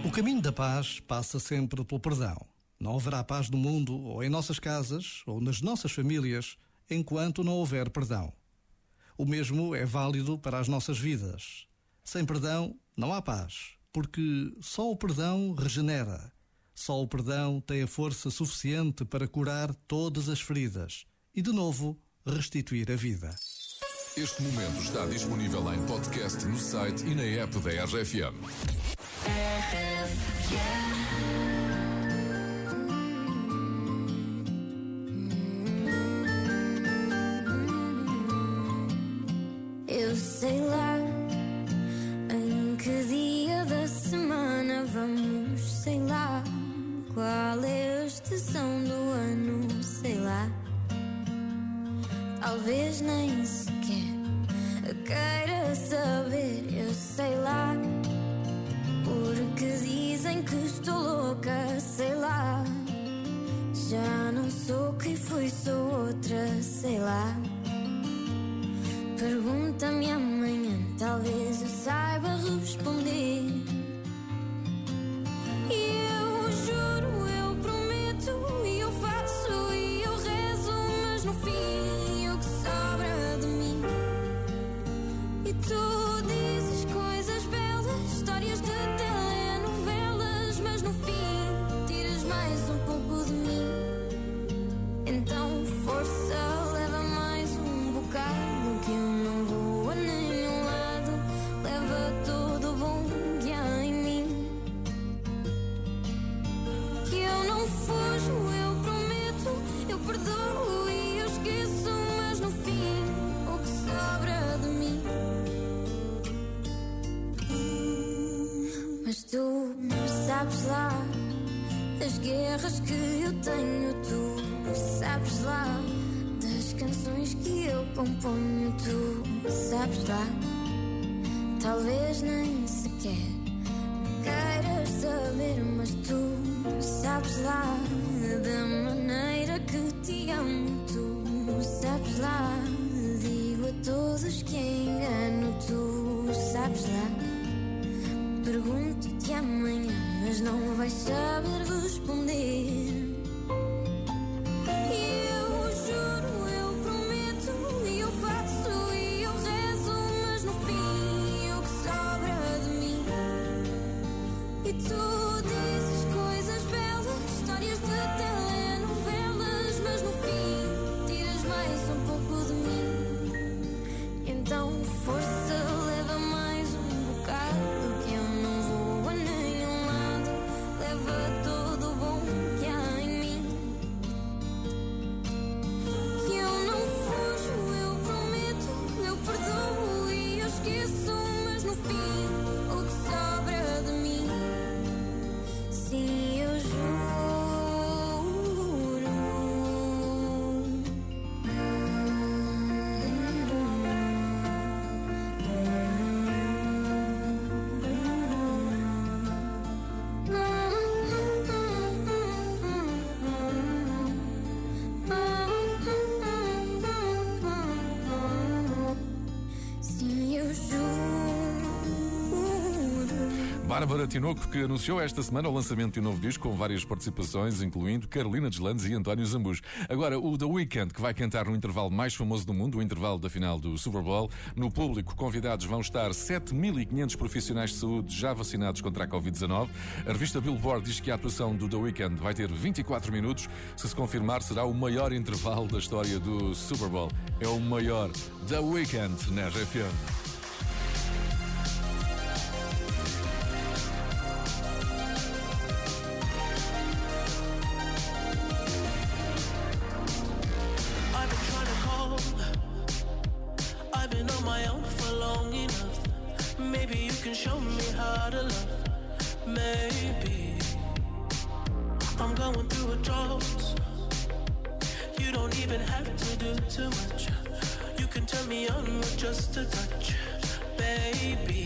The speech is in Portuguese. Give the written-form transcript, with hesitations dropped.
O caminho da paz passa sempre pelo perdão. Não haverá paz no mundo, ou em nossas casas, ou nas nossas famílias, enquanto não houver perdão. O mesmo é válido para as nossas vidas. Sem perdão, não há paz, porque só o perdão regenera. Só o perdão tem a força suficiente para curar todas as feridas e, de novo, restituir a vida. Este momento está disponível em podcast no site e na app da RFM. Eu sei lá em que dia da semana vamos, sei lá qual é a estação do ano, sei lá. Talvez nem sequer queira saber, eu sei lá. Porque dizem que estou louca, sei lá. Já não sou quem fui, sou outra, sei lá. Pergunta-me amanhã, talvez eu saiba responder. E eu juro, eu prometo, e eu faço, e eu rezo, mas no fim o que sobra de mim. E tu dizes coisas belas, histórias de telenovelas, mas no fim tiras mais um pouco de mim. Então força, leva mais um bocado, que eu não vou a nenhum lado. Leva todo o bom que há em mim. Que eu não fujo, eu prometo, eu perdoo e eu esqueço, mas no fim o que sobra de mim. Mas tu sabes lá das guerras que eu tenho, tu sabes lá das canções que eu componho, tu sabes lá. Talvez nem sequer queiras saber, mas tu sabes lá da maneira que te amo, tu sabes lá. Digo a todos que engano, tu sabes lá. Pergunto-te amanhã, mas não vais saber responder. E eu juro, eu prometo, e eu faço, e eu rezo, mas no fim o que sobra de mim. E tu dizes coisas belas, histórias de telenovelas, mas no fim tiras mais um pouco de mim. Então força, leva mais um bocado, que eu não vou a nenhum lado. Leva todo o bom que há em mim. Que eu não fujo, eu prometo, eu perdoo e eu esqueço, mas no fim o que sobra de mim. Sim, eu juro. Sim, eu juro. Bárbara Tinoco, que anunciou esta semana o lançamento de um novo disco com várias participações, incluindo Carolina Deslandes e António Zambujo. Agora, o The Weeknd, que vai cantar no intervalo mais famoso do mundo, o intervalo da final do Super Bowl. No público, convidados vão estar 7.500 profissionais de saúde já vacinados contra a Covid-19. A revista Billboard diz que a atuação do The Weeknd vai ter 24 minutos. Se confirmar, será o maior intervalo da história do Super Bowl. É o maior. The Weeknd na RFM. I've been on my own for long enough. Maybe you can show me how to love. Maybe I'm going through a drought. You don't even have to do too much. You can turn me on with just a touch, baby.